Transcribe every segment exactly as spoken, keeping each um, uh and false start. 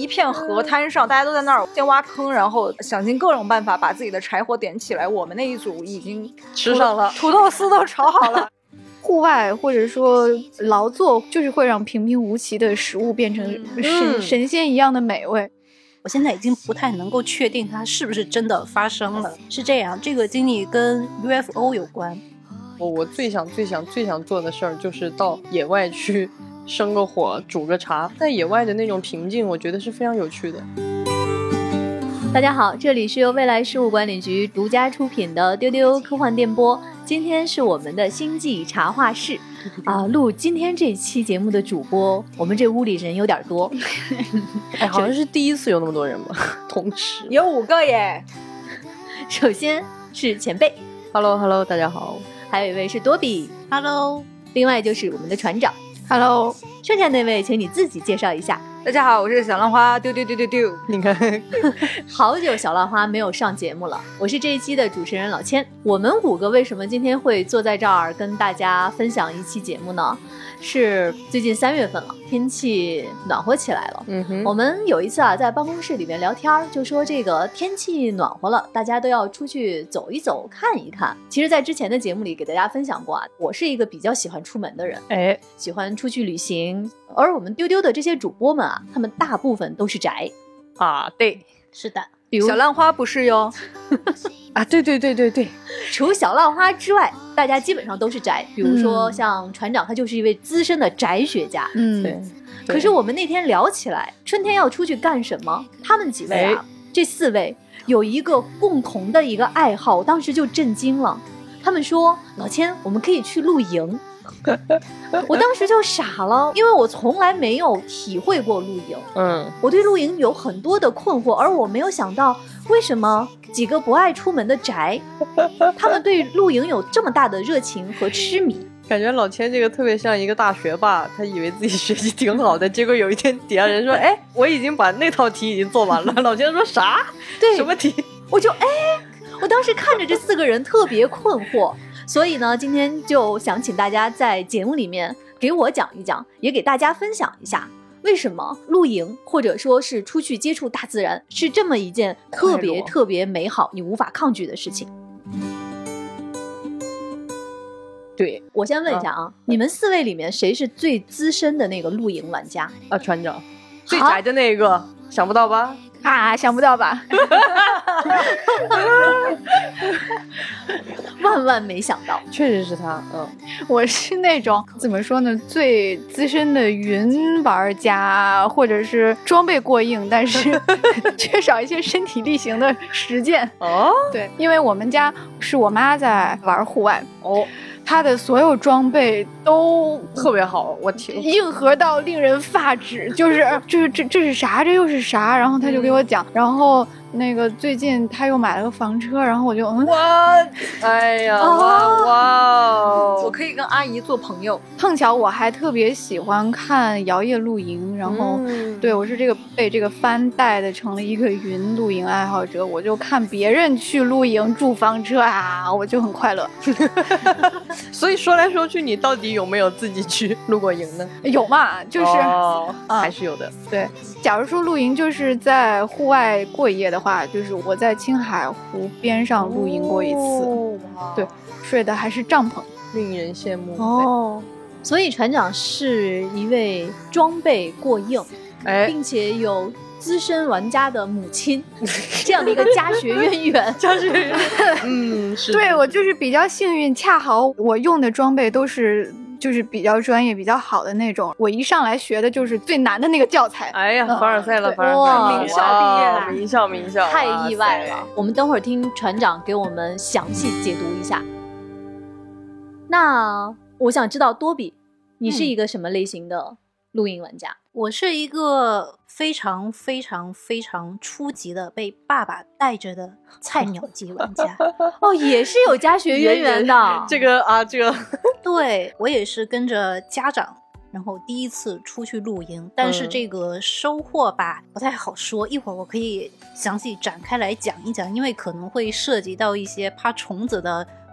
片河滩上，大家都在那儿先挖坑，然后想尽各种办法把自己的柴火点起来。我们那一组已经吃上了， 土豆丝都炒好了。 户外或者说劳作，就是会让平平无奇的食物变成神、嗯、神仙一样的美味。 我现在已经不太能够确定它是不是真的发生了。是这样，这个经历跟 U F O 有关。 我我最想最想最想做的事儿就是到野外去生个火煮个茶，在野外的那种平静我觉得是非常有趣的。 大家好，这里是由未来事务管理局独家出品的丢丢科幻电波，今天是我们的星际茶话室啊、呃，录今天这期节目的主播，我们这屋里人有点多哎，好像是第一次有那么多人吧，同时有五个耶。 首先是前辈 Hello Hello 大家好， 还有一位是多比 Hello， 另外就是我们的船长 Hello， 剩下那位请你自己介绍一下。 大家好，我是小浪花丢丢丢丢丢。 你看好久小浪花没有上节目了，我是这一期的主持人老千。我们五个为什么今天会坐在这儿跟大家分享一期节目呢？是最近三月份了，天气暖和起来了。嗯哼，我们有一次啊在办公室里面聊天，就说这个天气暖和了，大家都要出去走一走看一看。其实在之前的节目里给大家分享过啊，我是一个比较喜欢出门的人，哎，喜欢出去旅行。而我们丢丢的这些主播们啊，他们大部分都是宅啊。对， 是的， 比如小浪花不是哟啊，对对对对对， 除小浪花之外大家基本上都是宅。比如说像船长，他就是一位资深的宅学家。 嗯， 对。 可是我们那天聊起来春天要出去干什么，他们几位啊、哎、这四位有一个共同的一个爱好，我当时就震惊了。他们说老千，我们可以去露营。我当时就傻了，因为我从来没有体会过露营。嗯，我对露营有很多的困惑，而我没有想到为什么几个不爱出门的宅，他们对露营有这么大的热情和痴迷。 感觉老千这个特别像一个大学霸，他以为自己学习挺好的，结果有一天底下人说哎，我已经把那套题已经做完了。老千说啥？ 对， 什么题？ 我就哎，我当时看着这四个人特别困惑。所以呢，今天就想请大家在节目里面给我讲一讲，也给大家分享一下，为什么露营或者说是出去接触大自然是这么一件特别特别美好你无法抗拒的事情。 对， 我先问一下啊、嗯、你们四位里面谁是最资深的那个露营玩家啊？船长，最宅的那个，想不到吧？ 啊，想不到吧？ 万万没想到， 确实是他。嗯， 我是那种怎么说呢，最资深的云玩家，或者是装备过硬，但是缺少一些身体力行的实践。哦，对，因为我们家是我妈在玩户外。哦。他的所有装备都特别好，我听硬核到令人发指，就是这是这这是啥？这又是啥？然后他就给我讲，然后那个最近他又买了个房车，然后我就嗯， 哇，哎呀，哇哇， 我可以跟阿姨做朋友。 碰巧我还特别喜欢看摇曳露营，然后、嗯、对我是这个被这个番带的成了一个云露营爱好者，我就看别人去露营住房车啊，我就很快乐。 所以说来说去，你到底有没有自己去露过营呢？ 有嘛，就是、 哦啊、还是有的。 对，假如说露营就是在户外过夜的话，就是我在青海湖边上露营过一次。哦、对，睡的还是帐篷， 令人羡慕。 哦，所以船长是一位装备过硬，哎，并且有资深玩家的母亲这样的一个家学渊源。 家学渊源，嗯，是。 对，我就是比较幸运，恰好我用的装备都是就是比较专业比较好的那种，我一上来学的就是最难的那个教材。 哎呀，凡尔赛了，凡尔赛，名校毕业了，名校名校， 太意外了。我们等会儿听船长给我们详细解读一下。那我想知道多比，你是一个什么类型的露营玩家？ 嗯、我是一个非常非常非常初级的被爸爸带着的菜鸟级玩家。 哦，也是有家学渊源的。 这个啊，这个， 对，我也是跟着家长，然后第一次出去露营，但是这个收获吧、嗯、不太好说，一会儿我可以详细展开来讲一讲，因为可能会涉及到一些怕虫子的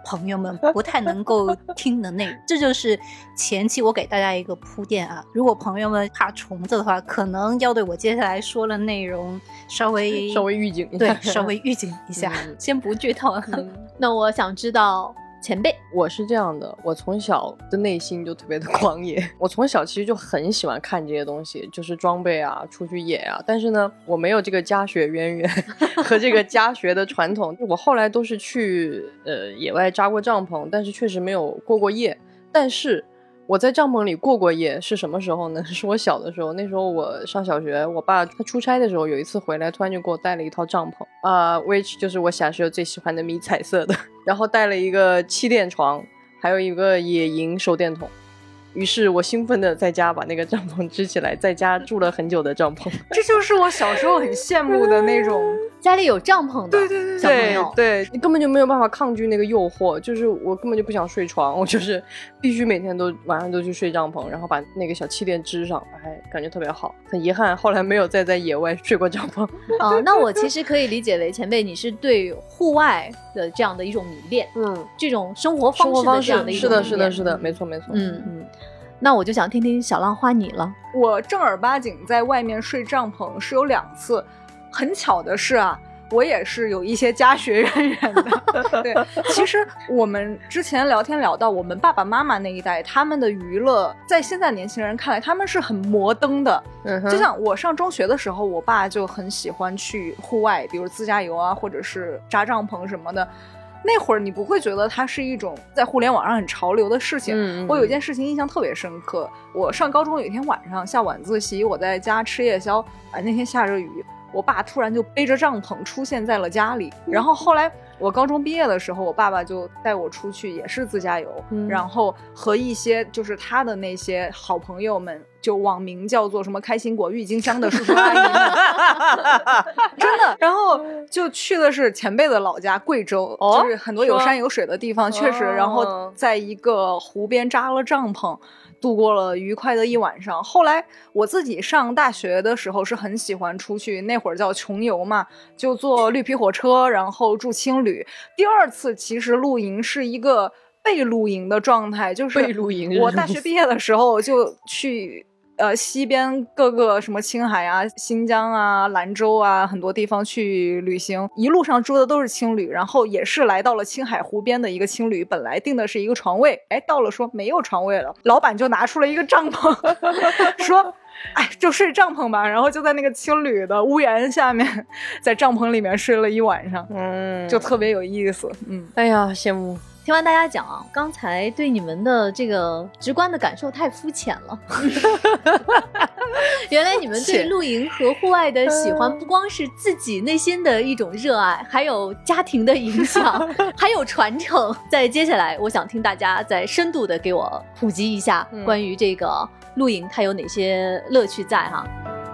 朋友们不太能够听的内容。这就是前期我给大家一个铺垫啊，如果朋友们怕虫子的话，可能要对我接下来说的内容稍微稍微预警一下， 对，稍微预警一下，嗯、先不剧透。 嗯、那我想知道。前辈， 我是这样的，我从小的内心就特别的狂野，我从小其实就很喜欢看这些东西，就是装备啊，出去野啊，但是呢，我没有这个家学渊源和这个家学的传统，我后来都是去呃野外扎过帐篷，但是确实没有过过夜。但是我在帐篷里过过夜是什么时候呢？是我小的时候，那时候我上小学，我爸他出差的时候，有一次回来突然就给我带了一套帐篷啊、uh, ，which 就是我小时候最喜欢的迷彩色的，然后带了一个气垫床，还有一个野营手电筒。于是我兴奋的在家把那个帐篷支起来，在家住了很久的帐篷。 这就是我小时候很羡慕的那种家里有帐篷的对对对小朋友， 对，对，你根本就没有办法抗拒那个诱惑，就是我根本就不想睡床，我就是必须每天都晚上都去睡帐篷，然后把那个小气垫支上，哎，感觉特别好。很遗憾后来没有再在野外睡过帐篷。 啊，那我其实可以理解为前辈你是对户外的这样的一种迷恋， 嗯， 这种生活方式的这样的一种迷恋， 是的是的是的，没错没错。 嗯嗯，那我就想听听小浪花你了。 我正儿八经在外面睡帐篷是有两次，很巧的是啊，我也是有一些家学渊源的。对，其实我们之前聊天聊到，我们爸爸妈妈那一代，他们的娱乐在现在年轻人看来，他们是很摩登的。嗯，就像我上中学的时候，我爸就很喜欢去户外，比如自驾游啊，或者是扎帐篷什么的。那会儿你不会觉得它是一种在互联网上很潮流的事情。嗯嗯，我有一件事情印象特别深刻，我上高中有一天晚上下晚自习，我在家吃夜宵，哎，那天下着雨，我爸突然就背着帐篷出现在了家里。然后后来我高中毕业的时候，我爸爸就带我出去也是自驾游，嗯，然后和一些就是他的那些好朋友们，就网名叫做什么开心果郁金香的叔叔阿姨们真的，然后就去的是前辈的老家贵州，哦，就是很多有山有水的地方，确实，哦，然后在一个湖边扎了帐篷，度过了愉快的一晚上。后来我自己上大学的时候是很喜欢出去，那会儿叫穷游嘛，就坐绿皮火车，然后住青旅。第二次其实露营是一个被露营的状态，就是被露营。 我大学毕业的时候就去呃西边各个什么青海啊、新疆啊、兰州啊很多地方去旅行，一路上住的都是青旅，然后也是来到了青海湖边的一个青旅，本来订的是一个床位，哎，到了说没有床位了，老板就拿出了一个帐篷说哎，就睡帐篷吧，然后就在那个青旅的屋檐下面，在帐篷里面睡了一晚上，嗯，就特别有意思。嗯， 哎呀，羡慕。 听完大家讲啊，刚才对你们的这个直观的感受太肤浅了。原来你们对露营和户外的喜欢，不光是自己内心的一种热爱，还有家庭的影响，还有传承。在接下来，我想听大家再深度的给我普及一下关于这个露营它有哪些乐趣在哈。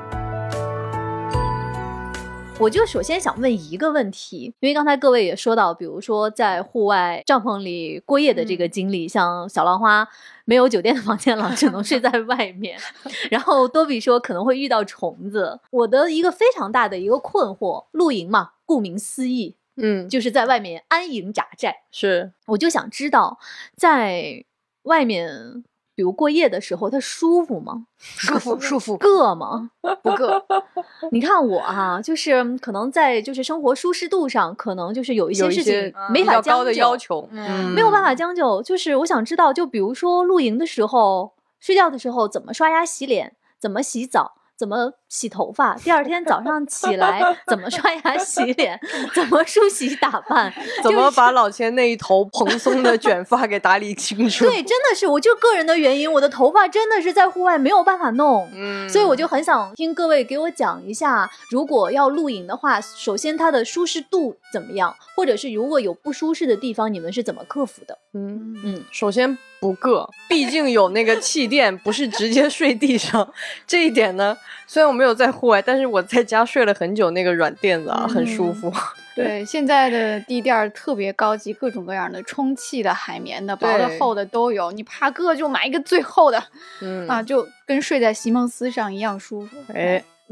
我就首先想问一个问题，因为刚才各位也说到，比如说在户外帐篷里过夜的这个经历，嗯，像小浪花没有酒店的房间了，只能睡在外面。然后多比说可能会遇到虫子。我的一个非常大的一个困惑，露营嘛，顾名思义，嗯，就是在外面安营扎寨。 是， 我就想知道，在外面比如过夜的时候，它舒服吗？ 舒服，舒服。 硌吗？不硌。你看我啊，就是可能在就是生活舒适度上，可能就是有一些事情没法将就， 高的要求， 嗯，没有办法将就。就是我想知道，就比如说露营的时候，睡觉的时候怎么刷牙洗脸，怎么洗澡，怎么洗头发，第二天早上起来怎么刷牙洗脸，怎么梳洗打扮， 怎么把老千那一头蓬松的卷发给打理清楚。 对，真的是我就个人的原因，我的头发真的是在户外没有办法弄，嗯，所以我就很想听各位给我讲一下，如果要露营的话，首先它的舒适度怎么样，或者是如果有不舒适的地方，你们是怎么克服的？ 嗯嗯，首先不硌，毕竟有那个气垫，不是直接睡地上。这一点呢，虽然我没有在户外，但是我在家睡了很久，那个软垫子啊，嗯，很舒服。 对，现在的地垫特别高级，各种各样的充气的、海绵的、薄的、厚的都有。你怕硌就买一个最厚的，嗯啊，就跟睡在席梦思上一样舒服。 哎。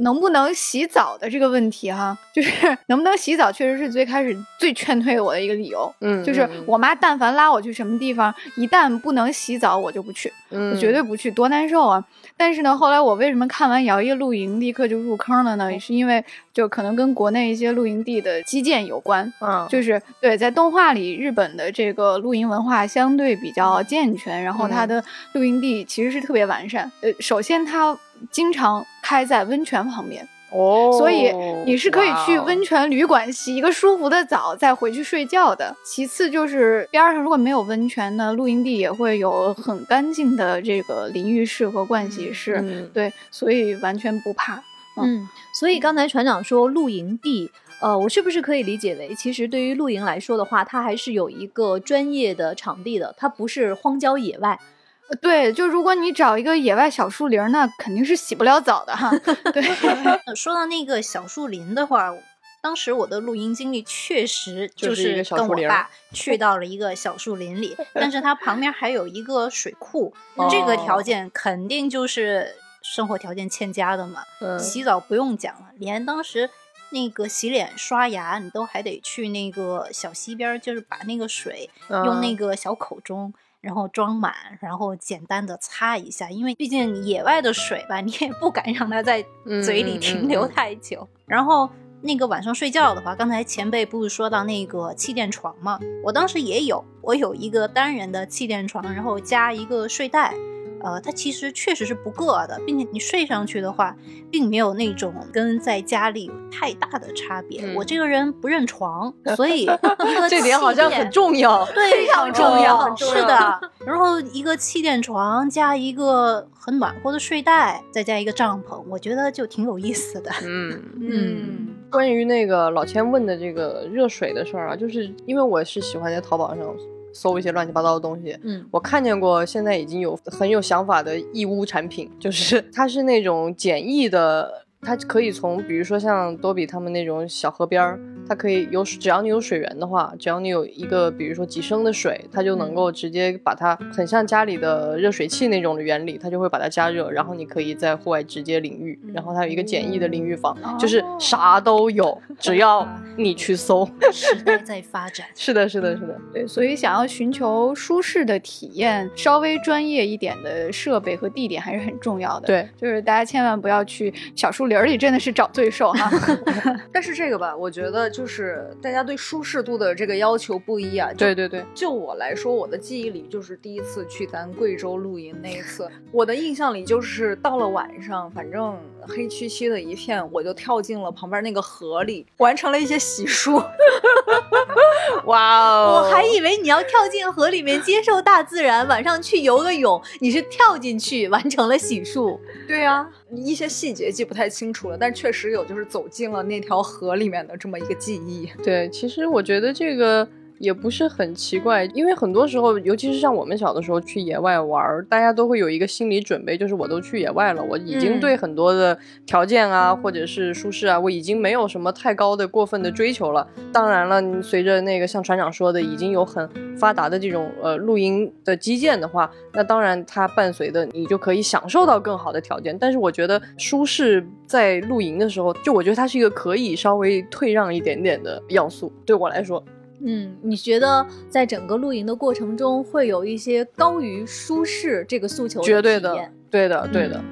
能不能洗澡的这个问题哈，就是能不能洗澡确实是最开始最劝退我的一个理由。嗯，就是我妈但凡拉我去什么地方，一旦不能洗澡我就不去，嗯、我绝对不去，多难受啊。但是呢，后来我为什么看完摇曳露营立刻就入坑了呢？也是因为就可能跟国内一些露营地的基建有关。嗯，就是对，在动画里，日本的这个露营文化相对比较健全，然后它的露营地其实是特别完善。呃，首先它经常开在温泉旁边。哦，所以你是可以去温泉旅馆洗一个舒服的澡再回去睡觉的。其次就是边上如果没有温泉呢，露营地也会有很干净的这个淋浴室和盥洗室、嗯、对，所以完全不怕。 嗯, 嗯，所以刚才船长说露营地呃，我是不是可以理解为其实对于露营来说的话，它还是有一个专业的场地的，它不是荒郊野外。 对，就如果你找一个野外小树林，那肯定是洗不了澡的哈。对， 说到那个小树林的话，当时我的露营经历确实就是跟我爸去到了一个小树林里，但是它旁边还有一个水库，哦、这个条件肯定就是生活条件欠佳的嘛。嗯、洗澡不用讲了，连当时那个洗脸刷牙，你都还得去那个小溪边，就是把那个水用那个小口中。然后装满，然后简单的擦一下，因为毕竟野外的水吧，你也不敢让它在嘴里停留太久。嗯嗯嗯、然后那个晚上睡觉的话，刚才前辈不是说到那个气垫床吗？我当时也有，我有一个单人的气垫床，然后加一个睡袋。呃，它其实确实是不硌的，并且你睡上去的话，并没有那种跟在家里有太大的差别。嗯、我这个人不认床，所以一个这点好像很重要， 对，非常重要，很重要是的。然后一个气垫床加一个很暖和的睡袋，再加一个帐篷，我觉得就挺有意思的。 嗯嗯。关于那个老千问的这个热水的事儿啊，就是因为我是喜欢在淘宝上搜一些乱七八糟的东西，嗯，我看见过现在已经有很有想法的义乌产品，就是它是那种简易的，它可以从比如说像多比他们那种小河边，它可以有，只要你有水源的话，只要你有一个比如说几升的水，它就能够直接把它很像家里的热水器那种的原理，它就会把它加热，然后你可以在户外直接淋浴，然后它有一个简易的淋浴房，嗯、就是啥都有，只要你去搜。 时代在发展。 是的是的是的， 对，所以想要寻求舒适的体验，稍微专业一点的设备和地点还是很重要的。 对， 就是大家千万不要去小树林里，真的是找罪受哈。 但是这个吧，我觉得就是大家对舒适度的这个要求不一啊。 对对对， 就我来说，我的记忆里就是第一次去咱贵州露营那一次，我的印象里就是到了晚上，反正黑黢黢的一片，我就跳进了旁边那个河里，完成了一些洗漱。 哇哦！我还以为你要跳进河里面接受大自然，晚上去游个泳，你是跳进去完成了洗漱。 对啊，一些细节记不太清楚了，但确实有就是走进了那条河里面的这么一个记忆。 对，其实我觉得这个也不是很奇怪，因为很多时候尤其是像我们小的时候去野外玩，大家都会有一个心理准备，就是我都去野外了，我已经对很多的条件啊、嗯、或者是舒适啊，我已经没有什么太高的过分的追求了。当然了，随着那个像船长说的已经有很发达的这种呃露营的基建的话，那当然它伴随的你就可以享受到更好的条件。但是我觉得舒适在露营的时候，就我觉得它是一个可以稍微退让一点点的要素，对我来说。 嗯，你觉得在整个露营的过程中会有一些高于舒适这个诉求的体验？ 绝对的，对的，对的。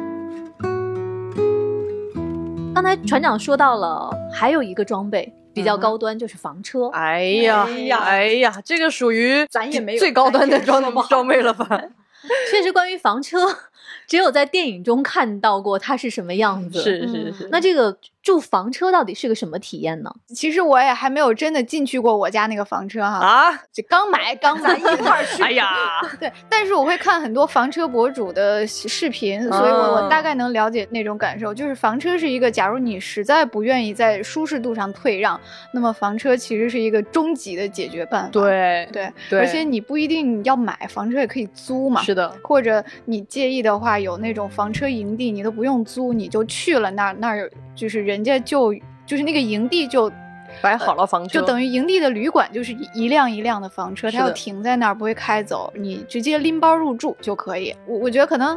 嗯、刚才船长说到了，还有一个装备比较高端，嗯、就是房车。 哎呀，哎呀，哎呀，这个属于咱也没有最高端的装装备了吧？ 确实，关于房车，只有在电影中看到过它是什么样子。 是是是。 那这个住房车到底是个什么体验呢？ 其实我也还没有真的进去过我家那个房车哈。啊，就刚买刚咱一块儿去。 哎呀， 对，但是我会看很多房车博主的视频，所以我我大概能了解那种感受。就是房车是一个，假如你实在不愿意在舒适度上退让，那么房车其实是一个终极的解决办法。 对对, 对， 而且你不一定要买房车，也可以租嘛。 是的， 或者你介意的话，有那种房车营地，你都不用租，你就去了那儿那儿就是人家就就是那个营地就摆好了房车、呃， 就等于营地的旅馆，就是一辆一辆的房车，它要停在那儿不会开走，你直接拎包入住就可以。我我觉得可能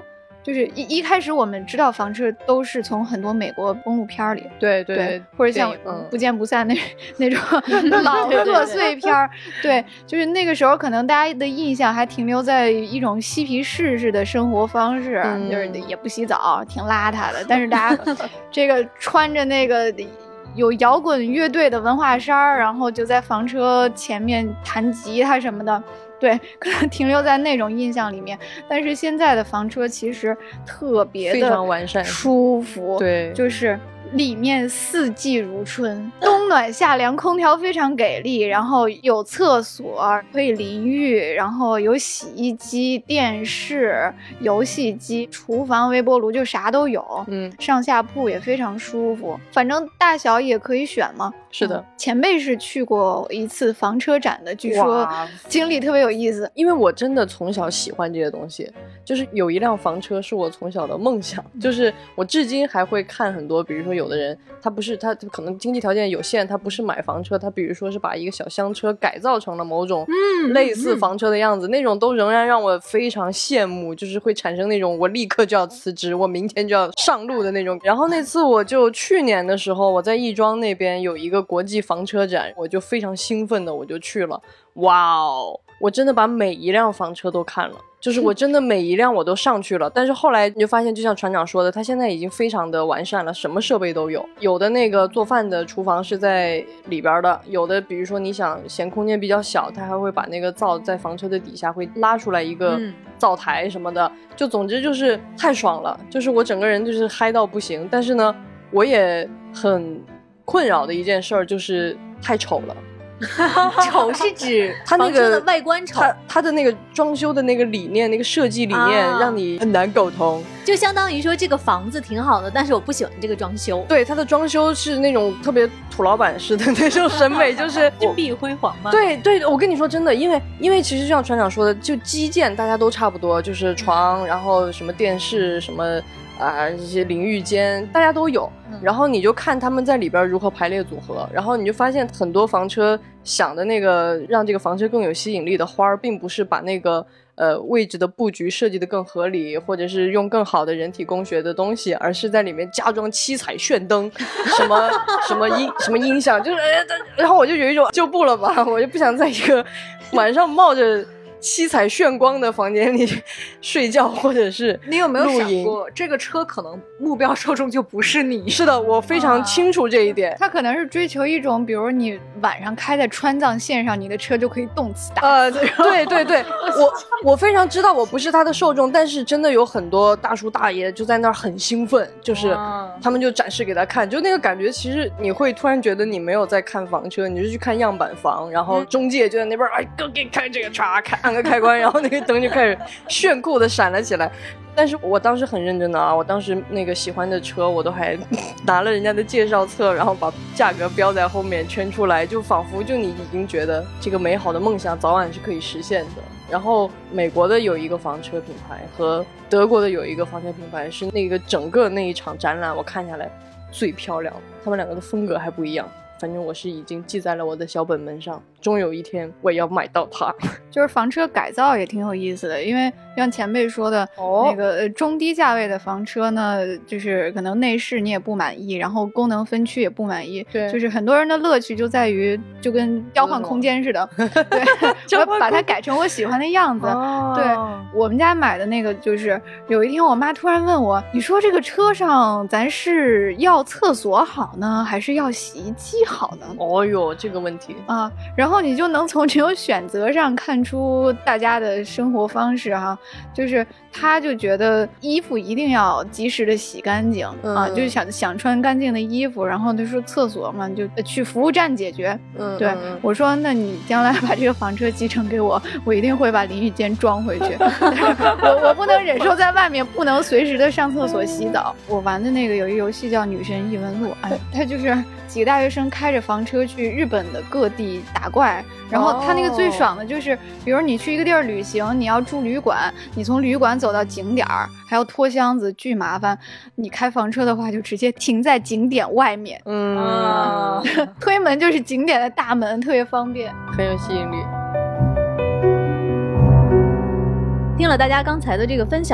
就是一一开始我们知道房车都是从很多美国公路片里， 对 对, 对，或者像不见不散那、嗯、那种老贺岁片儿，对，就是那个时候可能大家的印象还停留在一种嬉皮士式的生活方式，嗯、就是也不洗澡，挺邋遢的，但是大家这个穿着那个有摇滚乐队的文化衫，然后就在房车前面弹吉他什么的。对，可能停留在那种印象里面，但是现在的房车其实特别的非常完善、 舒服， 对， 就是里面四季如春，冬暖夏凉，空调非常给力，然后有厕所可以淋浴，然后有洗衣机、电视、游戏机、厨房、微波炉，就啥都有。 嗯， 上下铺也非常舒服，反正大小也可以选嘛。 是的、嗯， 前辈是去过一次房车展的，据说经历特别有意思。 因为我真的从小喜欢这些东西，就是有一辆房车是我从小的梦想，就是我至今还会看很多，比如说有的人他不是他可能经济条件有限，他不是买房车，他比如说是把一个小厢车改造成了某种类似房车的样子、嗯嗯、那种都仍然让我非常羡慕，就是会产生那种我立刻就要辞职，我明天就要上路的那种。然后那次我就去年的时候，我在亦庄那边有一个国际房车展，我就非常兴奋的我就去了。哇哦，我真的把每一辆房车都看了，就是我真的每一辆我都上去了。但是后来你就发现，就像船长说的，它现在已经非常的完善了，什么设备都有。有的那个做饭的厨房是在里边的，有的比如说你想嫌空间比较小，它还会把那个灶在房车的底下会拉出来一个灶台什么的、嗯、就总之就是太爽了，就是我整个人就是嗨到不行。但是呢，我也很困扰的一件事儿就是太丑了。 丑是指它那个外观丑， 它它的那个装修的那个理念，那个设计理念、啊、让你很难沟通。 就相当于说这个房子挺好的，但是我不喜欢这个装修。 对，它的装修是那种特别土老板式的那种审美，就是金碧辉煌嘛。 对对，我跟你说真的，因为因为其实就像船长说的，就基建大家都差不多，就是床，然后什么电视什么啊，这些淋浴间大家都有，然后你就看他们在里边如何排列组合，然后你就发现很多房车想的那个让这个房车更有吸引力的花儿，并不是把那个呃位置的布局设计的更合理，或者是用更好的人体工学的东西，而是在里面加装七彩炫灯，什么什么音什么音响，就是然后我就有一种就不了吧，我就不想在一个晚上冒着七彩炫光的房间里睡觉，或者是你有没有想过这个车可能目标受众就不是你？ 是的，我非常清楚这一点、啊、 他可能是追求一种比如你晚上开在川藏线上，你的车就可以动次打次。 呃，对对对，我我非常知道我不是他的受众，但是真的有很多大叔大爷就在那儿很兴奋，就是他们就展示给他看，就那个感觉其实你会突然觉得你没有在看房车，你是去看样板房，然后中介就在那边哎，哥给你开这个叉，开按个开关，然后那个灯就开始炫酷的闪了起来。但是我当时很认真的啊，我当时那个喜欢的车我都还拿了人家的介绍册，然后把价格标在后面圈出来，就仿佛就你已经觉得这个美好的梦想早晚是可以实现的。然后美国的有一个房车品牌和德国的有一个房车品牌是那个整个那一场展览我看下来最漂亮，他们两个的风格还不一样，反正我是已经记在了我的小本本上，终有一天我也要买到它。 就是房车改造也挺有意思的，因为像前辈说的、哦、那个中低价位的房车呢，就是可能内饰你也不满意，然后功能分区也不满意， 对， 就是很多人的乐趣就在于就跟交换空间似的，对，我把它改成我喜欢的样子、哦、对，我们家买的那个就是有一天我妈突然问我，你说这个车上咱是要厕所好呢还是要洗衣机好呢？ 哦哟，这个问题啊，然后你就能从这种选择上看出大家的生活方式哈，就是他就觉得衣服一定要及时的洗干净、嗯、啊，就想想穿干净的衣服，然后他说厕所嘛就去服务站解决。嗯，对，嗯、我说那你将来把这个房车继承给我，我一定会把淋浴间装回去。我我不能忍受在外面不能随时的上厕所洗澡。我玩的那个有一个游戏叫女神异闻录，哎，它就是几个大学生开着房车去日本的各地打怪，然后他那个最爽的就是、哦、比如你去一个地儿旅行，你要住旅馆，你从旅馆走到景点还要拖箱子，巨麻烦。你开房车的话就直接停在景点外面， 嗯、啊、 推门就是景点的大门，特别方便， 很有吸引力。 听了大家刚才的这个分享，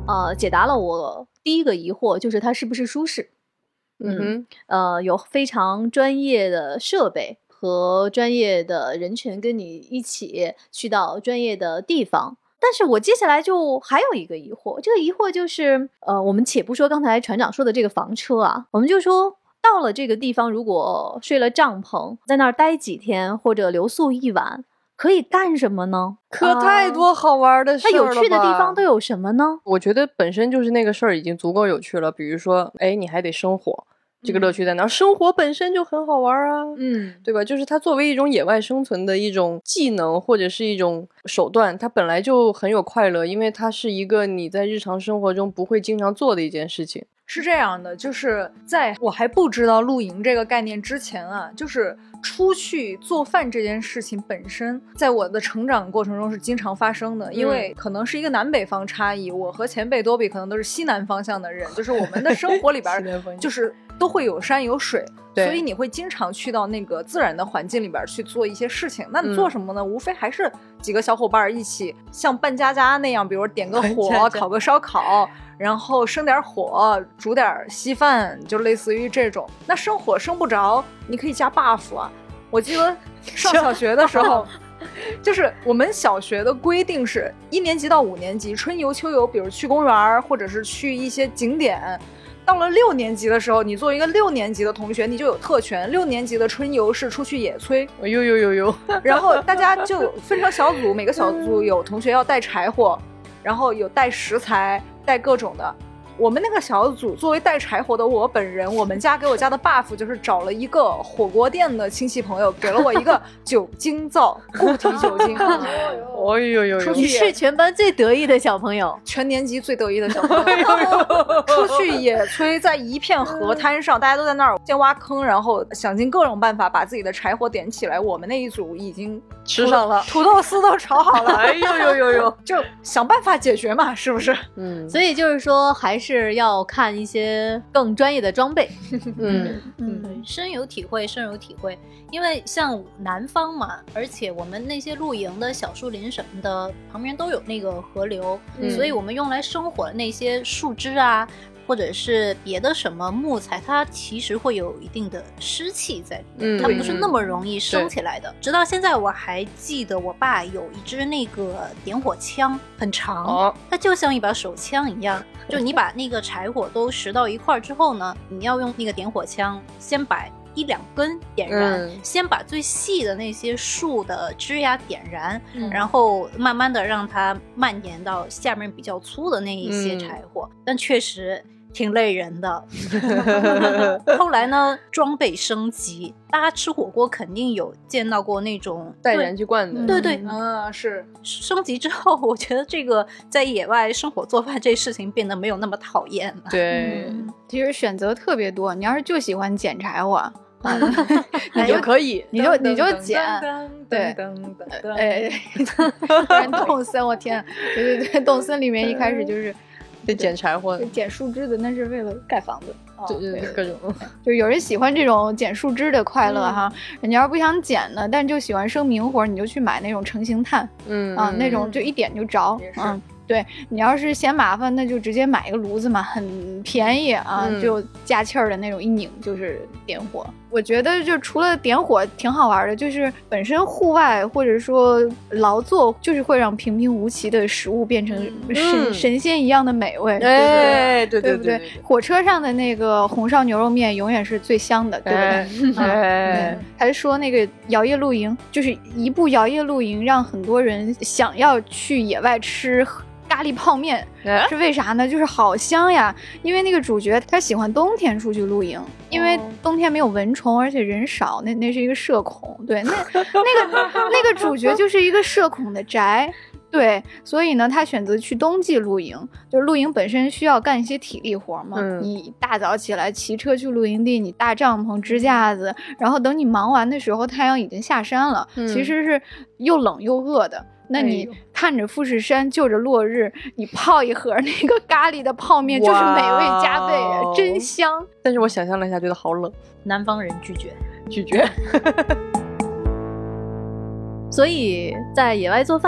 呃，解答了我第一个疑惑，就是它是不是舒适。 嗯哼， 呃，有非常专业的设备和专业的人群跟你一起去到专业的地方。但是我接下来就还有一个疑惑，这个疑惑就是，呃，我们且不说刚才船长说的这个房车啊，我们就说到了这个地方，如果睡了帐篷，在那儿待几天或者留宿一晚，可以干什么呢？ 可太多好玩的事儿了吧、 它有趣的地方都有什么呢？ 我觉得本身就是那个事儿已经足够有趣了，比如说，哎，你还得生火。这个乐趣在哪、嗯、生活本身就很好玩啊， 嗯， 对吧？就是它作为一种野外生存的一种技能或者是一种手段，它本来就很有快乐，因为它是一个你在日常生活中不会经常做的一件事情。 是这样的，就是在我还不知道露营这个概念之前啊，就是出去做饭这件事情本身在我的成长过程中是经常发生的、嗯、因为可能是一个南北方差异，我和前辈多比可能都是西南方向的人，就是我们的生活里边就是都会有山有水，所以你会经常去到那个自然的环境里边去做一些事情。那你做什么呢、嗯、无非还是几个小伙伴一起像扮家家那样，比如点个火烤个烧烤，然后生点火煮点稀饭，就类似于这种。那生火生不着你可以加 buff 啊。我记得上小学的时候就是我们小学的规定是一年级到五年级春游秋游，比如去公园或者是去一些景点，到了六年级的时候，你作为一个六年级的同学你就有特权，六年级的春游是出去野炊， 呦呦呦呦， 然后大家就分成小组，每个小组有同学要带柴火，然后有带食材带各种的。我们那个小组作为带柴火的我本人，我们家给我家的 buff 就是找了一个火锅店的亲戚朋友，给了我一个酒精皂，固体酒精。 哦呦呦呦！ 你是全班最得意的小朋友， 全年级最得意的小朋友。出去野炊，在一片河滩上，大家都在那儿先挖坑，然后想尽各种办法把自己的柴火点起来。我们那一组已经吃上了， 土豆丝都炒好了。 哎呦呦呦呦！ 就想办法解决嘛，是不是？ 嗯，所以就是说还是是要看一些更专业的装备。 嗯嗯，深有体会，深有体会。因为像南方嘛，而且我们那些露营的小树林什么的，旁边都有那个河流，嗯、所以我们用来生火的那些树枝啊，或者是别的什么木材，它其实会有一定的湿气在里面，嗯、它不是那么容易升起来的。直到现在我还记得我爸有一支那个点火枪，很长，哦、它就像一把手枪一样。就你把那个柴火都拾到一块之后呢，你要用那个点火枪先把一两根点燃，嗯、先把最细的那些树的枝芽点燃，嗯、然后慢慢的让它蔓延到下面比较粗的那一些柴火，嗯、但确实挺累人的。后来呢，装备升级，大家吃火锅肯定有见到过那种带燃气罐的， 对对， 啊，是升级之后，我觉得这个在野外生火做饭这事情变得没有那么讨厌了。 对， 嗯，其实选择特别多，你要是就喜欢捡柴火，啊， 你就可以， 你就你就捡，对，哎，突然动森，我天，对对对，动森里面一开始就是得捡柴火， 捡树枝的，那是为了盖房子。 对对对，各种， 就有人喜欢这种捡树枝的快乐哈，嗯、人家要是不想捡呢，但就喜欢生明火，你就去买那种成型炭，嗯啊，那种就一点就着，嗯。对，你要是嫌麻烦，那就直接买一个炉子嘛，很便宜啊，嗯、就加气儿的那种，一拧就是点火。我觉得就除了点火挺好玩的，就是本身户外或者说劳作，就是会让平平无奇的食物变成神、嗯、神仙一样的美味。 哎，对对对对对，火车上的那个红烧牛肉面永远是最香的，对不对？哎，嗯、还说那个摇曳露营，就是一部摇曳露营，让很多人想要去野外吃咖喱泡面，是为啥呢？就是好香呀！因为那个主角他喜欢冬天出去露营，因为冬天没有蚊虫，而且人少，那那是一个社恐。对，那那个那个主角就是一个社恐的宅。对，所以呢，他选择去冬季露营。就是露营本身需要干一些体力活嘛，嗯、你大早起来骑车去露营地，你搭帐篷、支架子，然后等你忙完的时候，太阳已经下山了，嗯、其实是又冷又饿的。那你看着富士山，就着落日，你泡一盒那个咖喱的泡面，就是美味加倍，真香。 但是我想象了一下，觉得好冷。 南方人拒绝， 拒绝。 所以在野外做饭，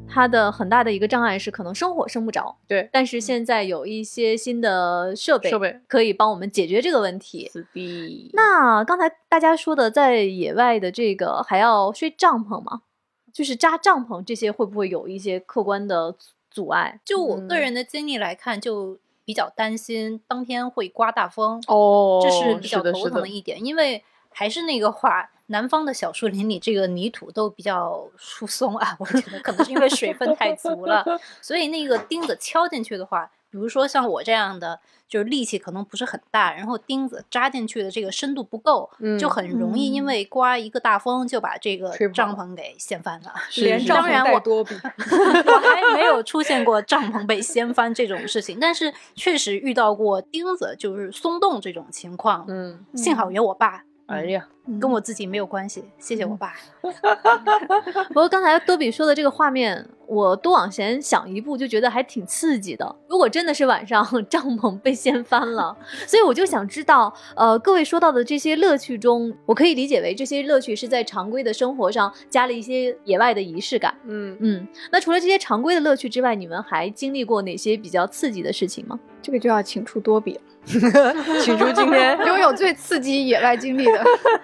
它的很大的一个障碍是可能生火生不着， 对， 但是现在有一些新的设备设备可以帮我们解决这个问题。 是的。 那刚才大家说的在野外的这个还要睡帐篷吗？就是扎帐篷这些会不会有一些客观的阻碍？ 就我个人的经历来看，就比较担心当天会刮大风哦， 这是比较头疼的的一点，因为还是那个话，南方的小树林里这个泥土都比较疏松啊，我觉得可能是因为水分太足了，所以那个钉子敲进去的话，比如说像我这样的，就是力气可能不是很大，然后钉子扎进去的这个深度不够，嗯、就很容易因为刮一个大风就把这个帐篷给掀翻了。 连帐篷带多比， 我还没有出现过帐篷被掀翻这种事情，但是确实遇到过钉子就是松动这种情况。嗯，幸好有我爸。 哎呀， 跟我自己没有关系，谢谢我爸。 不过刚才多比说的这个画面，我多往前想一步就觉得还挺刺激的。如果真的是晚上帐篷被掀翻了，所以我就想知道，呃，各位说到的这些乐趣中，我可以理解为这些乐趣是在常规的生活上加了一些野外的仪式感。嗯嗯，那除了这些常规的乐趣之外，你们还经历过哪些比较刺激的事情吗？ 这个就要请出多比了。 请出今天拥有最刺激野外经历的。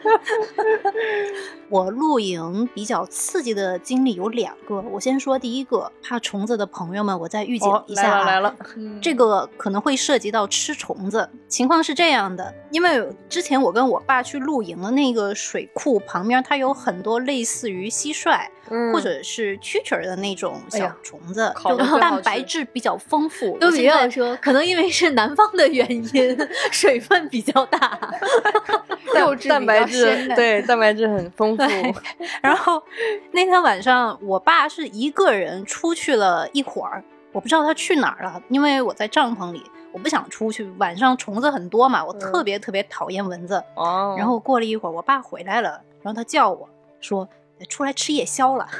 我露营比较刺激的经历有两个，我先说第一个，怕虫子的朋友们，我再预警一下、 哦、来了来了、 嗯，这个可能会涉及到吃虫子。情况是这样的，因为之前我跟我爸去露营的那个水库旁边，它有很多类似于蟋蟀、嗯、或者是蛐蛐的那种小虫子， 哎、 就蛋白质比较丰富。 都比较说，可能因为是南方的原因，水分比较大， 肉质蛋白质对蛋白质很丰富。 然后那天晚上，我爸是一个人出去了一会儿，我不知道他去哪儿了，因为我在帐篷里，我不想出去。晚上虫子很多嘛，我特别特别讨厌蚊子。哦、嗯。然后过了一会儿，我爸回来了，然后他叫我说：“出来吃夜宵了。”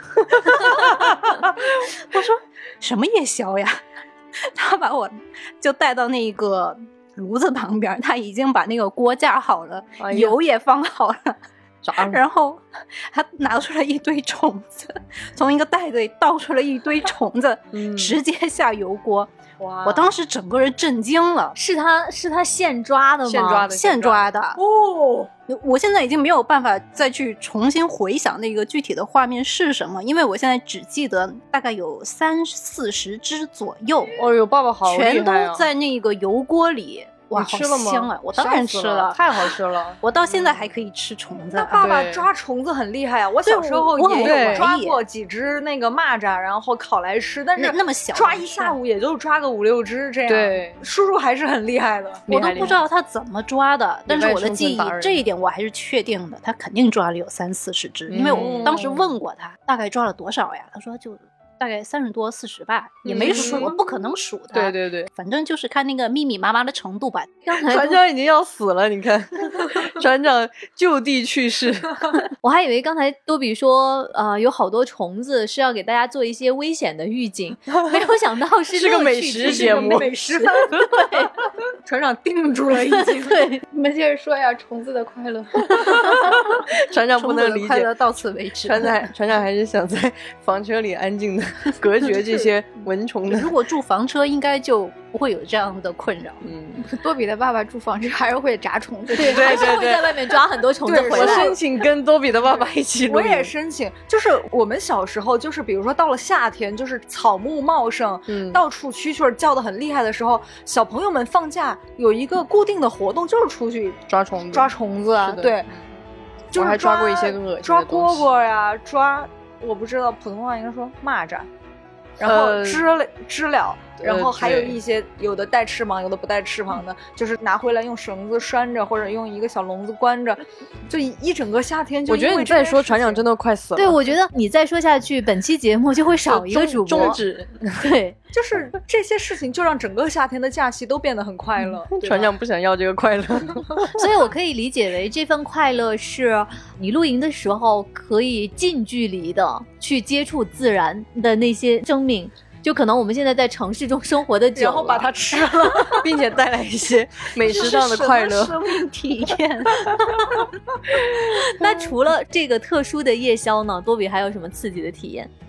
我说：“什么夜宵呀？”他把我就带到那个炉子旁边，他已经把那个锅架好了，哎、油也放好了。然后他拿出来一堆虫子，从一个袋子里倒出来一堆虫子、嗯、直接下油锅。哇！我当时整个人震惊了。 是他是他现抓的吗？ 现抓的， 现抓的。 哦， 我现在已经没有办法再去重新回想那个具体的画面是什么，因为我现在只记得大概有三四十只左右。 哦呦，爸爸好厉害啊！ 全都在那个油锅里。哇， 你吃了吗？ 好香啊！我当然吃了， 太好吃了。 我到现在还可以吃虫子。 那爸爸抓虫子很厉害啊！我小时候也有抓过几只那个蚂蚱，然后烤来吃，但是那么小， 抓一下午也就抓个五六只这样。 对， 叔叔还是很厉害的。 我都不知道他怎么抓的，但是我的记忆这一点我还是确定的，他肯定抓了有三四十只，因为我当时问过他大概抓了多少呀？他说就。大概三十多四十吧，也没数，嗯、不可能数的。 对对对， 反正就是看那个密密麻麻的程度吧。 船长已经要死了，你看，船长就地去世。 我还以为刚才多比说，呃，有好多虫子是要给大家做一些危险的预警，没有想到是是个美食节目， 美食番。对，船长定住了已经。 对，你们接着说呀，虫子的快乐。 船长不能理解， 快乐到此为止。 船长，船长还是想在房车里安静的。隔绝这些蚊虫的。 如果住房车，应该就不会有这样的困扰。 嗯，多比的爸爸住房车还是会炸虫子， 对，还是会在外面抓很多虫子回来。 我申请跟多比的爸爸一起录。 我也申请，就是我们小时候，就是比如说到了夏天，就是草木茂盛，嗯，到处蛐蛐叫得很厉害的时候，小朋友们放假有一个固定的活动，就是出去抓虫子， 抓虫子啊，对。就是我还抓过一些恶心的抓蝈蝈呀，抓我不知道普通话应该说蚂蚱。然后知了、呃、知了，然后还有一些有的带翅膀，有的不带翅膀的，就是拿回来用绳子拴着，或者用一个小笼子关着，就一整个夏天就。 我觉得你再说船长真的快死了。 对，我觉得你再说下去，本期节目就会少一个主播。 终止。 对， 就是这些事情就让整个夏天的假期都变得很快乐。 嗯、船长不想要这个快乐， 所以我可以理解为这份快乐是你露营的时候可以近距离的去接触自然的那些生命。就可能我们现在在城市中生活的久了， 然后把它吃了， 并且带来一些美食上的快乐、 生命体验。 那除了这个特殊的夜宵呢，多比还有什么刺激的体验？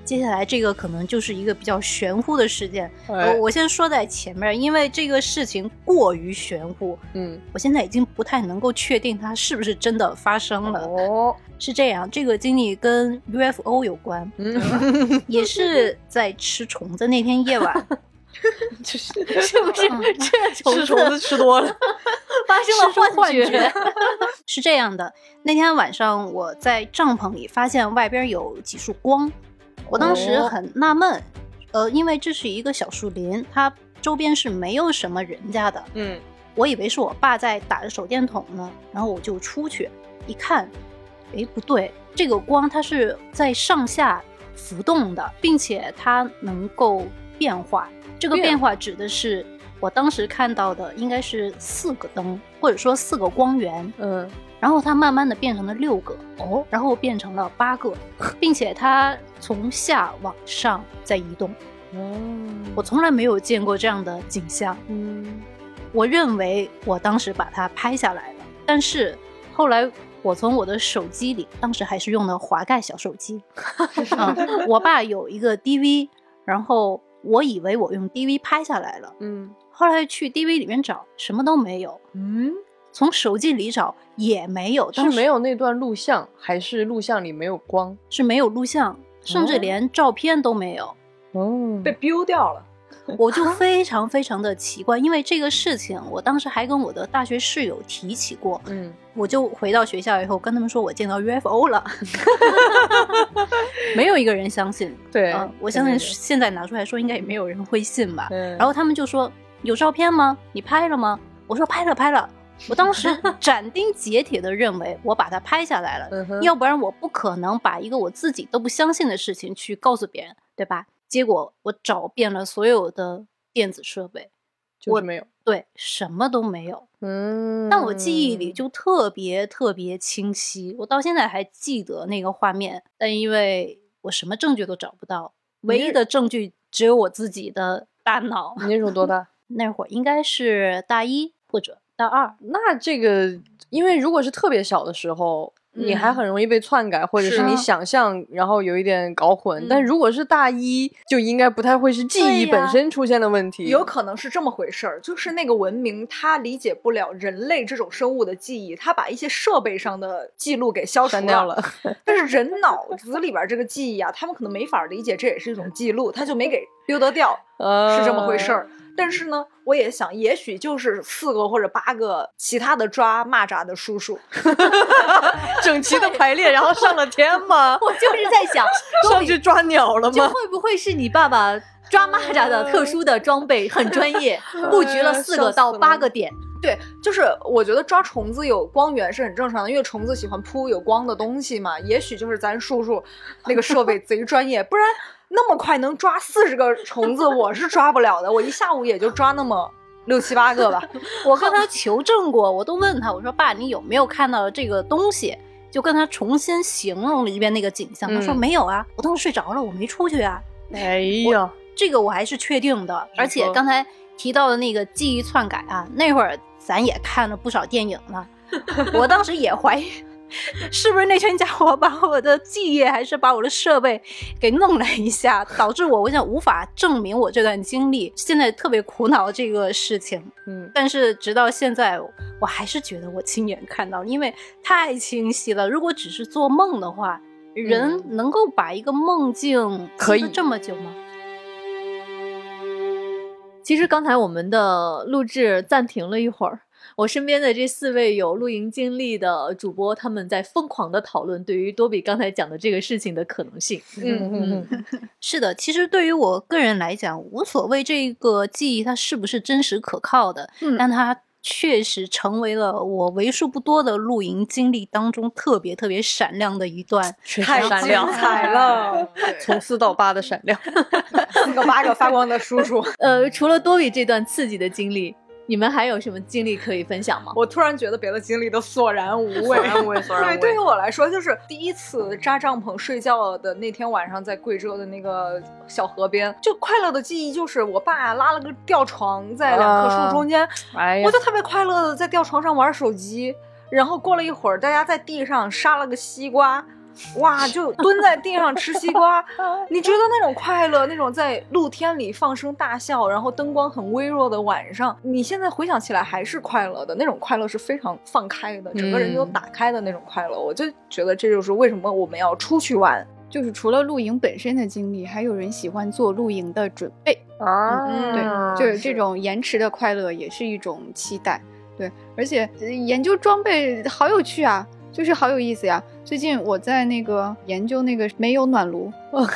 接下来这个可能就是一个比较玄乎的事件， 哎、 我我先说在前面，因为这个事情过于玄乎， 嗯， 我现在已经不太能够确定它是不是真的发生了。 哦， 是这样，这个经历跟 U F O 有关，嗯，也是在吃虫子那天夜晚。 就是是不是吃虫子吃多了发生了幻觉？ 是这样的，那天晚上我在帐篷里发现外边有几束光，我当时很纳闷，哦、呃，因为这是一个小树林，它周边是没有什么人家的， 嗯， 我以为是我爸在打着手电筒呢，然后我就出去一看，诶，不对，这个光它是在上下浮动的，并且它能够变化。这个变化指的是我当时看到的应该是四个灯，或者说四个光源， 嗯， 然后它慢慢的变成了六个，哦，然后变成了八个，并且它从下往上在移动。 哦， 我从来没有见过这样的景象。 嗯， 我认为我当时把它拍下来了，但是后来我从我的手机里，当时还是用的滑盖小手机，嗯，我爸有一个 D V， 然后我以为我用 D V 拍下来了， 嗯， 后来去 D V 里面找，什么都没有， 嗯， 从手机里找也没有， 是没有那段录像，还是录像里没有光？ 是没有录像，甚至连照片都没有， 哦， 被 biu 掉了。 我就非常非常的奇怪，因为这个事情我当时还跟我的大学室友提起过， 嗯， 我就回到学校以后跟他们说我见到 U F O 了，没有一个人相信。 对、 呃，我相信现在拿出来说应该也没有人会信吧。 嗯、 然后他们就说有照片吗？你拍了吗？我说拍了拍了。我当时斩钉截铁的认为我把它拍下来了， 嗯、 要不然我不可能把一个我自己都不相信的事情去告诉别人，对吧？结果我找遍了所有的电子设备， 就是没有， 对，什么都没有。 嗯， 但我记忆里就特别特别清晰，我到现在还记得那个画面，但因为我什么证据都找不到，唯一的证据只有我自己的大脑。 你那时候多大？ 那会儿应该是大一或者大二。 那这个，因为如果是特别小的时候，你还很容易被篡改，嗯、或者是你想象，然后有一点搞混。嗯、但如果是大一，就应该不太会是记忆本身出现了问题。 有可能是这么回事儿，就是那个文明它理解不了人类这种生物的记忆，它把一些设备上的记录给消除删掉了。 但是人脑子里边这个记忆啊，他们可能没法理解，这也是一种记录，他就没给 build 掉， 呃、 是这么回事儿。但是呢，我也想，也许就是四个或者八个其他的抓蚂蚱的叔叔， 整齐的排列，然后上了天吗？ 我就是在想， 上去抓鸟了吗？ 这会不会是你爸爸抓蚂蚱的特殊的装备，很专业，布局了四个到八个点？ 对，就是我觉得抓虫子有光源是很正常的，因为虫子喜欢扑有光的东西嘛。也许就是咱叔叔那个设备贼专业，不然那么快能抓四十个虫子，我是抓不了的。我一下午也就抓那么六七八个吧。 我跟他求证过，我都问他，我说爸，你有没有看到这个东西？就跟他重新形容了一遍那个景象。嗯、他说没有啊，我当时睡着了，我没出去啊。 哎呀， 这个我还是确定的。而且刚才提到的那个记忆篡改啊，那会儿咱也看了不少电影了，我当时也怀疑是不是那群家伙把我的记忆还是把我的设备给弄了一下，导致我我想无法证明我这段经历，现在特别苦恼这个事情。嗯，但是直到现在我还是觉得我亲眼看到，因为太清晰了。如果只是做梦的话，人能够把一个梦境记得这么久吗？ 其实刚才我们的录制暂停了一会儿，我身边的这四位有露营经历的主播，他们在疯狂的讨论对于多比刚才讲的这个事情的可能性。 嗯嗯嗯，是的，其实对于我个人来讲，无所谓这个记忆它是不是真实可靠的，嗯、但它确实成为了我为数不多的露营经历当中特别特别闪亮的一段， 太精彩了， 从四到八的闪亮， 四个八个发光的叔叔。 呃，除了多比这段刺激的经历，你们还有什么经历可以分享吗？ 我突然觉得别的经历都索然无味。 索然无味，索然无味。 对，对于我来说，就是第一次扎帐篷睡觉的那天晚上，在贵州的那个小河边，就快乐的记忆就是我爸拉了个吊床在两棵树中间，啊哎、我就特别快乐的在吊床上玩手机。然后过了一会儿，大家在地上杀了个西瓜。 哇，就蹲在地上吃西瓜，你觉得那种快乐，那种在露天里放声大笑，然后灯光很微弱的晚上，你现在回想起来还是快乐的，那种快乐是非常放开的，整个人就打开的那种快乐、嗯、我就觉得这就是为什么我们要出去玩。 就是除了露营本身的经历，还有人喜欢做露营的准备啊、 嗯，对，就是这种延迟的快乐也是一种期待。对，而且研究装备好有趣啊，就是好有意思呀。最近我在那个研究那个煤油暖炉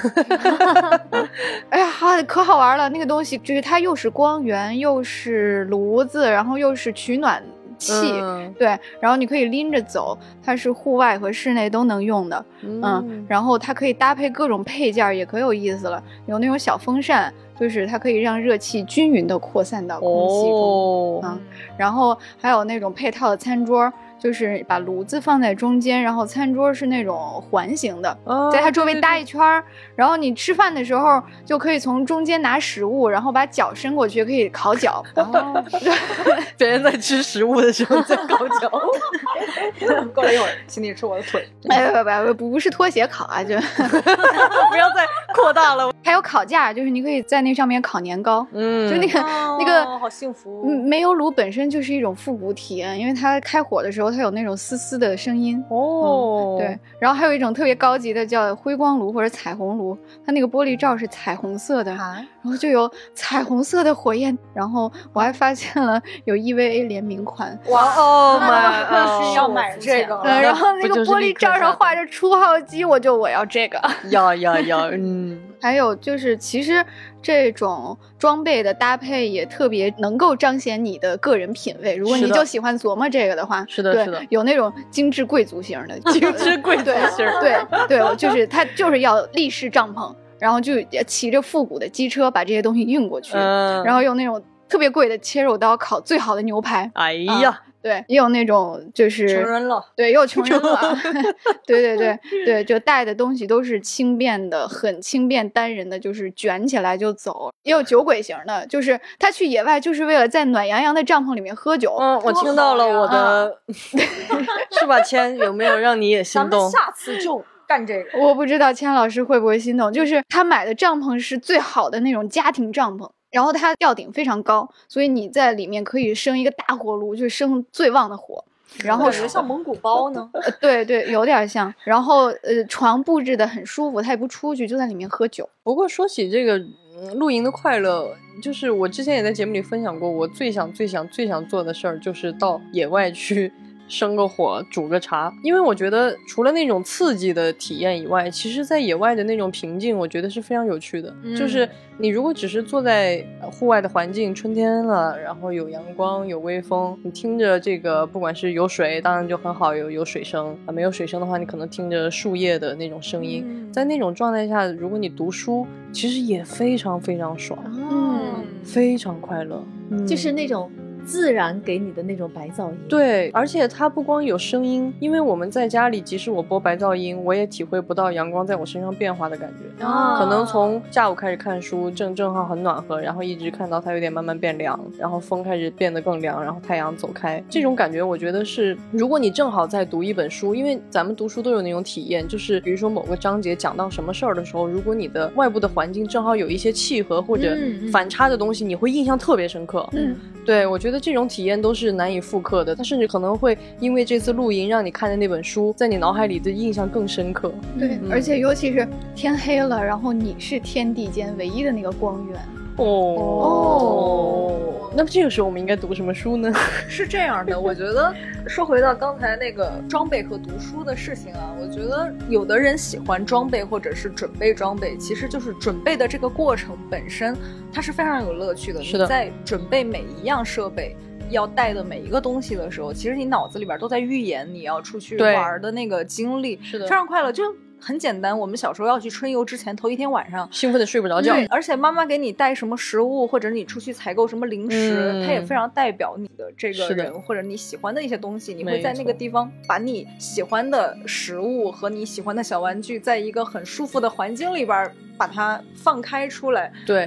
哎呀好可好玩了，那个东西就是它又是光源又是炉子，然后又是取暖器、嗯、对，然后你可以拎着走，它是户外和室内都能用的。 嗯, 嗯然后它可以搭配各种配件，也可有意思了，有那种小风扇，就是它可以让热气均匀的扩散到空气中、哦嗯、然后还有那种配套的餐桌，就是把炉子放在中间，然后餐桌是那种环形的、哦、在它周围搭一圈，然后你吃饭的时候就可以从中间拿食物，然后把脚伸过去可以烤脚、哦、 别人在吃食物的时候在烤脚过了一会儿请你吃我的腿哎不不不不是拖鞋烤啊，就不要再扩大了。 还有烤架，就是你可以在那上面烤年糕，嗯，就那个、哦、那个好幸福。 煤油炉本身就是一种复古体验，因为它开火的时候它有那种嘶嘶的声音哦、 嗯，对。然后还有一种特别高级的叫辉光炉或者彩虹炉，它那个玻璃罩是彩虹色的、啊、然后就有彩虹色的火焰。然后我还发现了有 E V A 联名款， 哇哦妈，是要买这个、 嗯、然后那个玻璃罩上画着初号机，我就我要这个， 要要要，嗯。 还有就是其实这种装备的搭配也特别能够彰显你的个人品味，如果你就喜欢琢磨这个的话， 是的，是的， 有那种精致贵族型的精致贵族型， 对对，就是他就是要立式帐篷，然后就骑着复古的机车把这些东西运过去、嗯、然后用那种特别贵的切肉刀烤最好的牛排。 哎呀、啊对，也有那种就是穷人了， 对，也有穷人了对对对对，就带的东西都是轻便的，很轻便单人的，就是卷起来就走。也有酒鬼型的，就是他去野外就是为了在暖洋洋的帐篷里面喝酒。 嗯，我听到了我的、嗯、是吧谦，有没有让你也心动？ 咱们下次就干这个。 我不知道谦老师会不会心动，就是他买的帐篷是最好的那种家庭帐篷，然后它吊顶非常高，所以你在里面可以生一个大火炉，就生最旺的火。然后感觉像蒙古包呢、 呃、对对，有点像。然后呃，床布置的很舒服，他也不出去，就在里面喝酒。 不过说起这个、嗯、露营的快乐，就是我之前也在节目里分享过，我最想最想最想做的事儿就是到野外去生个火煮个茶。因为我觉得除了那种刺激的体验以外，其实在野外的那种平静我觉得是非常有趣的、嗯、就是你如果只是坐在户外的环境，春天了，然后有阳光有微风，你听着这个不管是有水当然就很好，有有水声啊，没有水声的话你可能听着树叶的那种声音、嗯、在那种状态下如果你读书其实也非常非常爽， 嗯， 非常快乐、 嗯、就是那种自然给你的那种白噪音。 对，而且它不光有声音，因为我们在家里即使我播白噪音我也体会不到阳光在我身上变化的感觉、哦、可能从下午开始看书正正好很暖和，然后一直看到它有点慢慢变凉，然后风开始变得更凉，然后太阳走开，这种感觉我觉得是如果你正好在读一本书，因为咱们读书都有那种体验，就是比如说某个章节讲到什么事儿的时候，如果你的外部的环境正好有一些契合或者反差的东西、嗯、你会印象特别深刻。 嗯， 对，我觉得这种体验都是难以复刻的，它甚至可能会因为这次露营让你看的那本书在你脑海里的印象更深刻。 对、嗯、而且尤其是天黑了，然后你是天地间唯一的那个光源。 哦哦，那么这个时候我们应该读什么书呢？ 是这样的，我觉得说回到刚才那个装备和读书的事情啊，我觉得有的人喜欢装备或者是准备装备，其实就是准备的这个过程本身它是非常有乐趣的。 是的， 你在准备每一样设备要带的每一个东西的时候，其实你脑子里边都在预演你要出去玩的那个经历， 是的， 非常快乐。就很简单，我们小时候要去春游之前头一天晚上兴奋的睡不着觉， 对，而且妈妈给你带什么食物或者你出去采购什么零食、嗯、它也非常代表你的这个人或者你喜欢的一些东西，你会在那个地方把你喜欢的食物和你喜欢的小玩具在一个很舒服的环境里边把它放开出来。 对，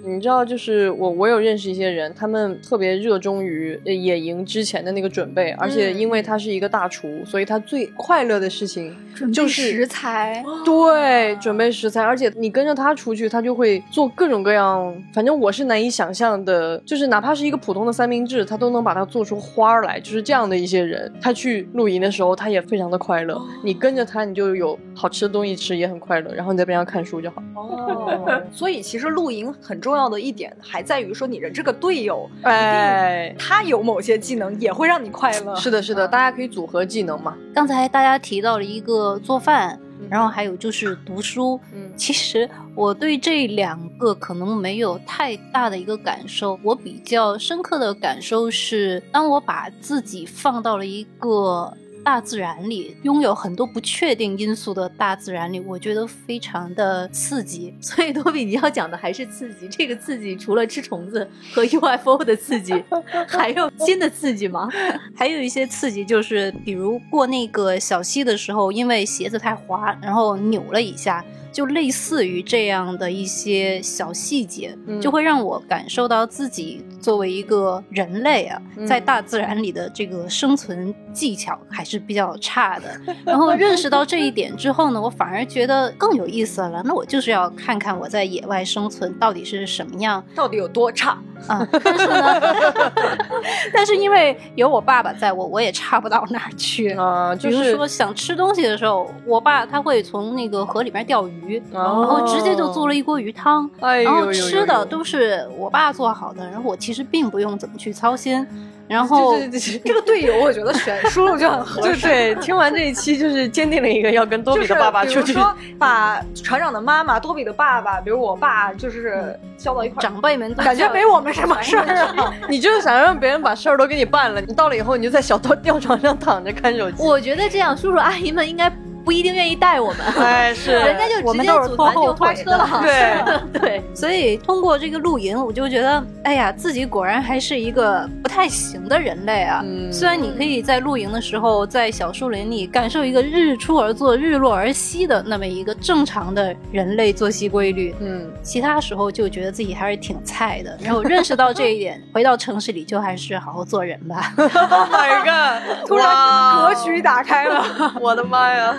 你知道就是我我有认识一些人，他们特别热衷于野营之前的那个准备，而且因为他是一个大厨，所以他最快乐的事情就是食材， 对，准备食材，而且你跟着他出去，他就会做各种各样，反正我是难以想象的，就是哪怕是一个普通的三明治，他都能把它做出花来，就是这样的一些人，他去露营的时候他也非常的快乐，你跟着他你就有好吃的东西吃，也很快乐，然后你在边上看书就好。 哦，所以其实露营很重要的一点还在于说你的这个队友， 哎， 他有某些技能也会让你快乐。 是的是的，大家可以组合技能嘛。 刚才大家提到了一个做饭，然后还有就是读书，嗯，其实我对这两个可能没有太大的一个感受，我比较深刻的感受是，当我把自己放到了一个大自然里，拥有很多不确定因素的大自然里，我觉得非常的刺激。 所以多比你要讲的还是刺激，这个刺激除了吃虫子和 U F O 的刺激还有新的刺激吗？ 还有一些刺激就是比如过那个小溪的时候，因为鞋子太滑然后扭了一下，就类似于这样的一些小细节、嗯、就会让我感受到自己作为一个人类啊、嗯、在大自然里的这个生存技巧还是比较差的然后认识到这一点之后呢，我反而觉得更有意思了，那我就是要看看我在野外生存到底是什么样， 到底有多差啊、嗯！但是呢但是因为有我爸爸在我我也差不到哪儿去啊、呃就是、比如说想吃东西的时候，我爸他会从那个河里面钓鱼、哦、然后直接就做了一锅鱼汤、哎、然后吃的都是我爸做好的，然后我其实并不用怎么去操心，然后对对对这个队友我觉得选输入就很合适。 对对，听完这一期就是坚定了一个要跟多比的爸爸出去、 就是、比如说把船长的妈妈多比的爸爸比如我爸就是叫到一块、 嗯、长辈们感觉没我们什么事儿啊你就是想让别人把事儿都给你办了，你到了以后你就在小吊床上躺着看手机。 我觉得这样叔叔阿姨们应该不一定愿意带我们， 哎，是， 人家就直接组团就花车了， 对对，所以通过这个露营，我就觉得，哎呀，自己果然还是一个不太行的人类啊。嗯、虽然你可以在露营的时候，在小树林里感受一个日出而作、日落而息的那么一个正常的人类作息规律，嗯，其他时候就觉得自己还是挺菜的。然后认识到这一点，回到城市里就还是好好做人吧。 Oh my god！ 突然格局打开了， 我的妈呀！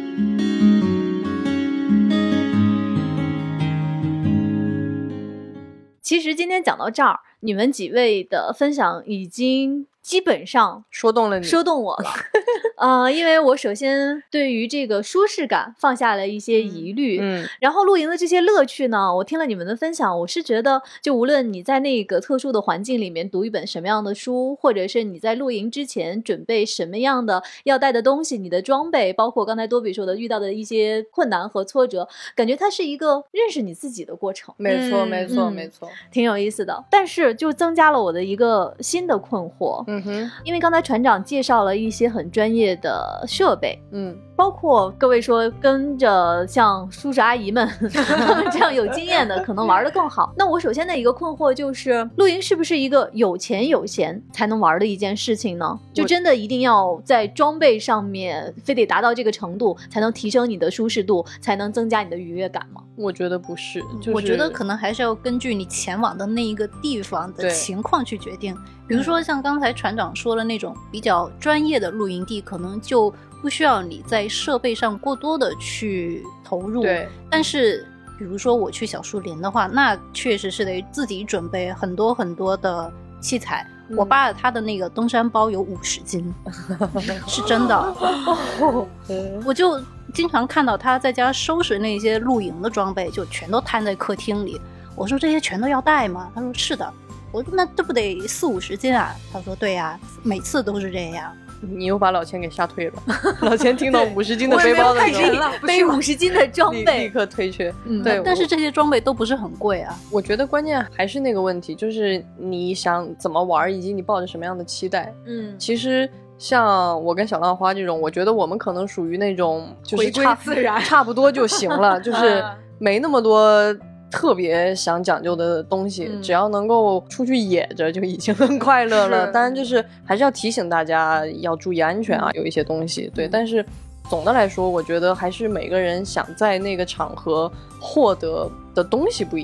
其实今天讲到这儿，你们几位的分享已经基本上说动了你， 说动我了。呃，因为我首先对于这个舒适感放下了一些疑虑，嗯，然后露营的这些乐趣呢，我听了你们的分享，我是觉得，就无论你在那个特殊的环境里面读一本什么样的书，或者是你在露营之前准备什么样的要带的东西，你的装备，包括刚才多比说的遇到的一些困难和挫折，感觉它是一个认识你自己的过程。 没错，没错，没错， 挺有意思的。但是就增加了我的一个新的困惑。嗯哼，因为刚才船长介绍了一些很专业的设备，嗯，包括各位说跟着像叔叔阿姨们这样有经验的可能玩得更好。那我首先的一个困惑就是露营是不是一个有钱有闲才能玩的一件事情呢？就真的一定要在装备上面非得达到这个程度才能提升你的舒适度，才能增加你的愉悦感吗？ 我觉得不是、就是、 我觉得可能还是要根据你前往的那一个地方的情况去决定。比如说像刚才船长说的那种比较专业的露营地，可能就不需要你在设备上过多的去投入。对，但是比如说我去小树林的话，那确实是得自己准备很多很多的器材。嗯、我爸他的那个登山包有五十斤是真的我就经常看到他在家收拾那些露营的装备，就全都摊在客厅里。我说这些全都要带吗？他说是的。我说那这不得四五十斤啊？他说对呀、啊，每次都是这样。 你又把老千给吓退了。老千听到五十斤的背包的时候， 背五十斤的装备立刻退却。 嗯，对。但是这些装备都不是很贵啊。 我觉得关键还是那个问题，就是你想怎么玩，以及你抱着什么样的期待。嗯，其实像我跟小浪花这种，我觉得我们可能属于那种就是差回归自然， 差不多就行了，就是没那么多特别想讲究的东西、嗯、只要能够出去野着就已经很快乐了。当然就是还是要提醒大家要注意安全啊、嗯、有一些东西对、嗯、但是总的来说我觉得还是每个人想在那个场合获得的东西不一样。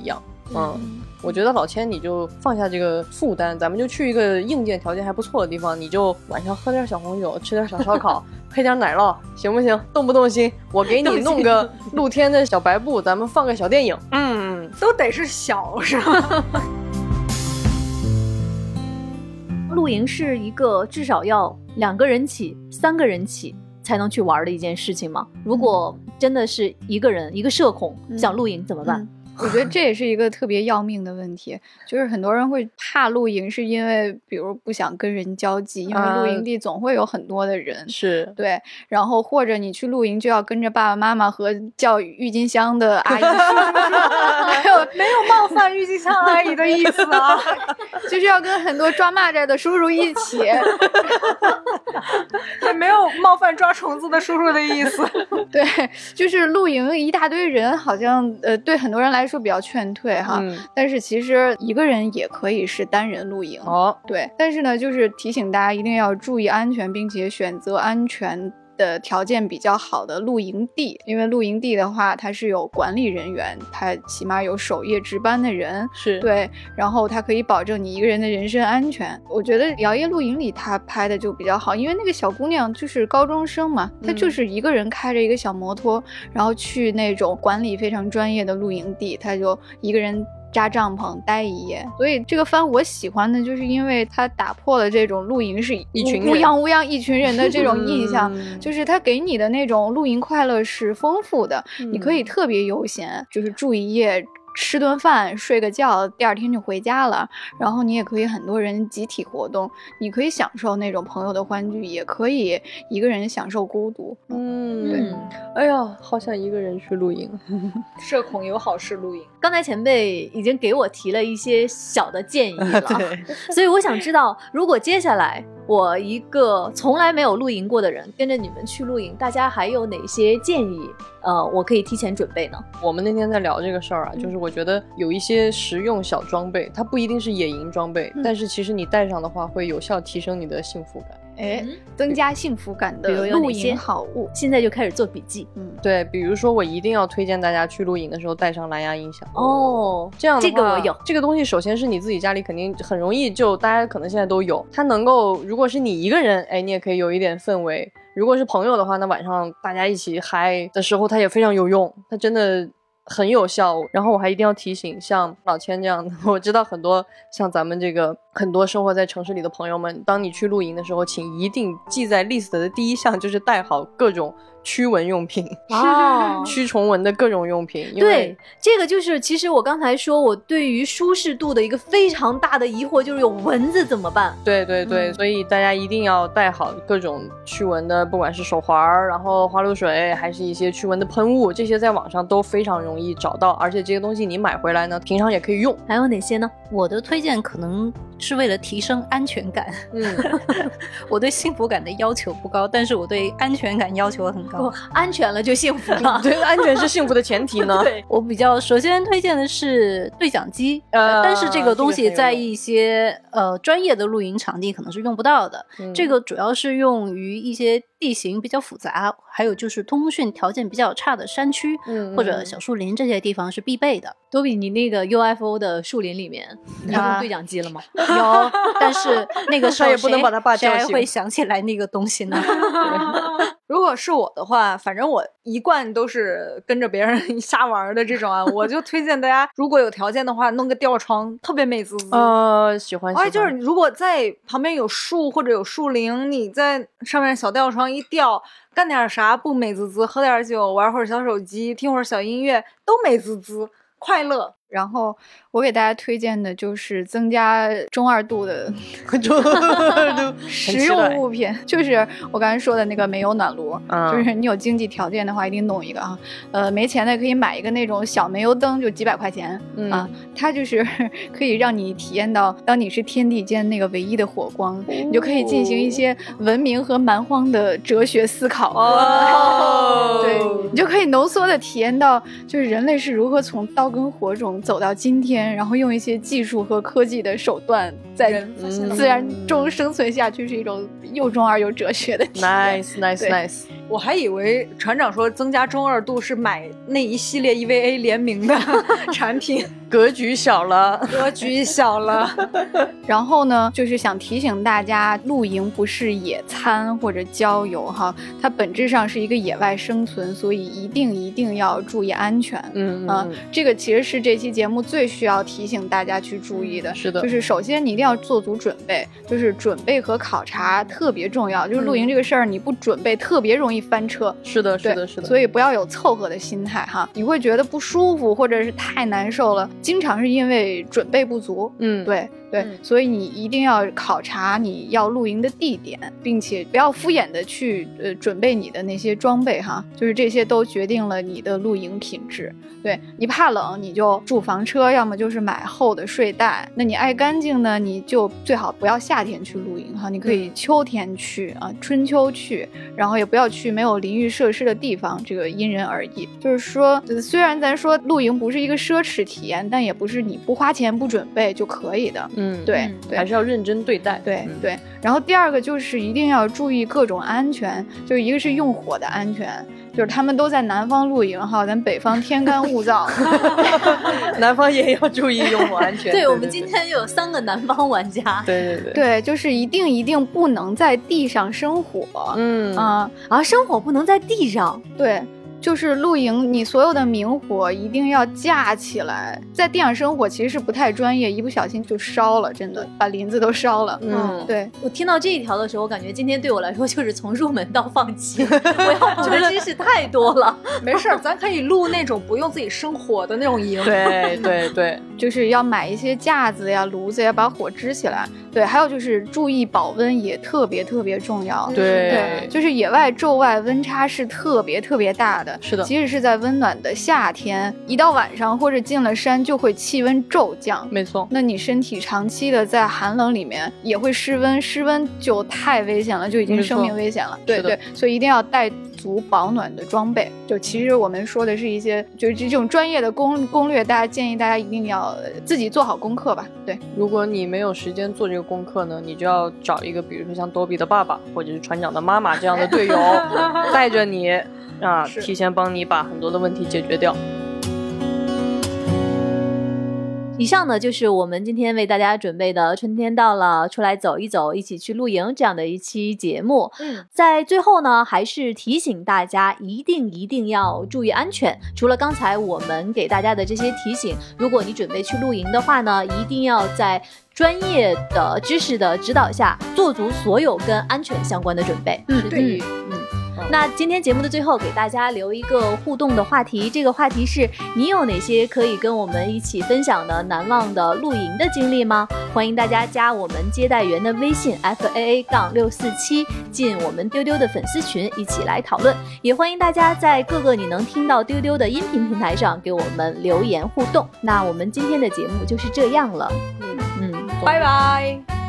嗯。嗯我觉得老千你就放下这个负担，咱们就去一个硬件条件还不错的地方，你就晚上喝点小红酒，吃点小烧烤，配点奶酪，行不行？动不动心？我给你弄个露天的小白布，咱们放个小电影。 嗯，都得是小是吧？ 露营是一个至少要两个人起、三个人起才能去玩的一件事情吗？如果真的是一个人一个社恐、嗯、想露营怎么办？ 嗯我觉得这也是一个特别要命的问题，就是很多人会怕露营，是因为比如不想跟人交际，因为露营地总会有很多的人， 是对，然后或者你去露营就要跟着爸爸妈妈和叫郁金香的阿姨， 没有没有冒犯郁金香阿姨的意思啊， 就是要跟很多抓蚂蚱的叔叔一起， 也没有冒犯抓虫子的叔叔的意思。 对，就是露营一大堆人，好像呃对很多人来说比较劝退哈、嗯，但是其实一个人也可以是单人露营哦。 对，但是呢，就是提醒大家一定要注意安全，并且选择安全的条件比较好的露营地，因为露营地的话，它是有管理人员，它起码有守夜值班的人， 是对，然后它可以保证你一个人的人身安全。我觉得摇曳露营里它拍的就比较好，因为那个小姑娘就是高中生嘛，她就是一个人开着一个小摩托，嗯、然后去那种管理非常专业的露营地，她就一个人扎帐篷待一夜。所以这个番我喜欢的就是因为它打破了这种露营是一群乌泱乌泱一群人的这种印象、嗯、就是它给你的那种露营快乐是丰富的、嗯、你可以特别悠闲，就是住一夜，吃顿饭，睡个觉，第二天就回家了。然后你也可以很多人集体活动，你可以享受那种朋友的欢聚，也可以一个人享受孤独。 嗯，对。哎呀，好想一个人去露营。 社恐友好式露营。 刚才前辈已经给我提了一些小的建议了，对，所以我想知道，如果接下来我一个从来没有露营过的人跟着你们去露营，大家还有哪些建议呃，我可以提前准备呢？ 我们那天在聊这个事儿啊、嗯、就是我觉得有一些实用小装备，它不一定是野营装备、嗯、但是其实你带上的话会有效提升你的幸福感， 哎、嗯，增加幸福感的露营好物， 现在就开始做笔记。 嗯，对，比如说我一定要推荐大家去露营的时候带上蓝牙音响。 哦， 这样的话， 这个我有。 这个东西首先是你自己家里肯定很容易，就大家可能现在都有，它能够，如果是你一个人，哎，你也可以有一点氛围。如果是朋友的话，那晚上大家一起嗨的时候，它也非常有用，它真的很有效。然后我还一定要提醒，像老千这样的，我知道很多像咱们这个很多生活在城市里的朋友们，当你去露营的时候，请一定记在 list 的第一项就是带好各种驱蚊用品， 哦， 驱虫蚊的各种用品。因为对，这个就是其实我刚才说我对于舒适度的一个非常大的疑惑，就是有蚊子怎么办？ 对对对、嗯、所以大家一定要带好各种驱蚊的，不管是手环，然后花露水，还是一些驱蚊的喷雾，这些在网上都非常容易找到，而且这些东西你买回来呢，平常也可以用。 还有哪些呢？ 我的推荐可能是为了提升安全感。 嗯， 我对幸福感的要求不高，但是我对安全感要求很高。 安全了就幸福了。 对，安全是幸福的前提呢。 对， 我比较首先推荐的是对讲机，呃，但是这个东西在一些、这个、呃专业的露营场地可能是用不到的、嗯。这个主要是用于一些地形比较复杂，还有就是通讯条件比较差的山区、嗯、或者小树林这些地方是必备的。 多比，你那个 U F O 的树林里面你用对讲机了吗？ 有，但是那个时候也不能把他爸叫醒， 谁还会想起来那个东西呢？ 如果是我的话，反正我一贯都是跟着别人瞎玩的这种啊，我就推荐大家，如果有条件的话，弄个吊床，特别美滋滋。 呃，喜欢。 哎，就是如果在旁边有树或者有树林，你在上面小吊床一吊，干点啥不美滋滋？喝点酒，玩会儿小手机，听会儿小音乐，都美滋滋，快乐。 然后我给大家推荐的就是增加中二度的实用物品，就是我刚才说的那个煤油暖炉、嗯、就是你有经济条件的话一定弄一个啊，呃，没钱的可以买一个那种小煤油灯，就几百块钱、嗯、啊，它就是可以让你体验到当你是天地间那个唯一的火光、哦、你就可以进行一些文明和蛮荒的哲学思考哦，对，你就可以浓缩的体验到就是人类是如何从刀耕火种走到今天，然后用一些技术和科技的手段在自然中生存下去，是一种又中二又哲学的体验。 Nice nice nice。 我还以为船长说增加中二度是买那一系列 E V A 联名的产品， 格局小了， 格局小了。 然后呢，就是想提醒大家，露营不是野餐或者郊游哈，它本质上是一个野外生存，所以一定一定要注意安全。 嗯嗯、 呃，这个其实是这期节目最需要提醒大家去注意的。 是的， 就是首先你一定要做足准备，就是准备和考察特别重要。就是露营这个事儿，你不准备特别容易翻车。 是的，是的，是的。 所以不要有凑合的心态哈，你会觉得不舒服或者是太难受了，经常是因为准备不足。 嗯， 对对、 嗯， 所以你一定要考察你要露营的地点，并且不要敷衍的去呃准备你的那些装备哈，就是这些都决定了你的露营品质。对，你怕冷你就住房车，要么就是买厚的睡袋。那你爱干净呢，你就最好不要夏天去露营哈，你可以秋天去啊，春秋去，然后也不要去没有淋浴设施的地方，这个因人而异。就是说，虽然咱说露营不是一个奢侈体验，但也不是你不花钱不准备就可以的。 嗯， 对， 嗯、 对， 还是要认真对待。 对、 嗯、 对。然后第二个就是一定要注意各种安全，就是一个是用火的安全。就是他们都在南方露营哈，咱北方天干物燥， 南方也要注意用火安全。 对，我们今天又有三个南方玩家。 对对对， 对，就是一定一定不能在地上生火。 嗯啊啊，生火不能在地上。 对。就是露营，你所有的明火一定要架起来，在地上生火其实是不太专业，一不小心就烧了，真的把林子都烧了。 嗯， 对。 我听到这一条的时候，我感觉今天对我来说就是从入门到放弃，我要补的知识太多了。 没事儿，咱可以录那种不用自己生火的那种营。 对对对， 就是要买一些架子呀、炉子呀，把火支起来。对，还有就是注意保温也特别特别重要。 对对，就是野外昼外温差是特别特别大的。 是的， 即使是在温暖的夏天，一到晚上或者进了山，就会气温骤降。 没错， 那你身体长期的在寒冷里面也会失温，失温就太危险了，就已经生命危险了。对对，所以一定要带足保暖的装备。就其实我们说的是一些就是这种专业的攻攻略，大家建议大家一定要自己做好功课吧。对， 如果你没有时间做这个功课呢，你就要找一个比如说像多比的爸爸或者是船长的妈妈这样的队友带着你啊，提前帮你把很多的问题解决掉。 以上呢就是我们今天为大家准备的春天到了出来走一走一起去露营这样的一期节目。嗯，在最后呢还是提醒大家一定一定要注意安全。除了刚才我们给大家的这些提醒，如果你准备去露营的话呢，一定要在专业的知识的指导下做足所有跟安全相关的准备。 嗯，对， 嗯。那今天节目的最后给大家留一个互动的话题，这个话题是你有哪些可以跟我们一起分享的难忘的露营的经历吗？欢迎大家加我们接待员的微信 F A A 杠六四七进我们丢丢的粉丝群一起来讨论，也欢迎大家在各个你能听到丢丢的音频平台上给我们留言互动。那我们今天的节目就是这样了。 嗯嗯，拜拜。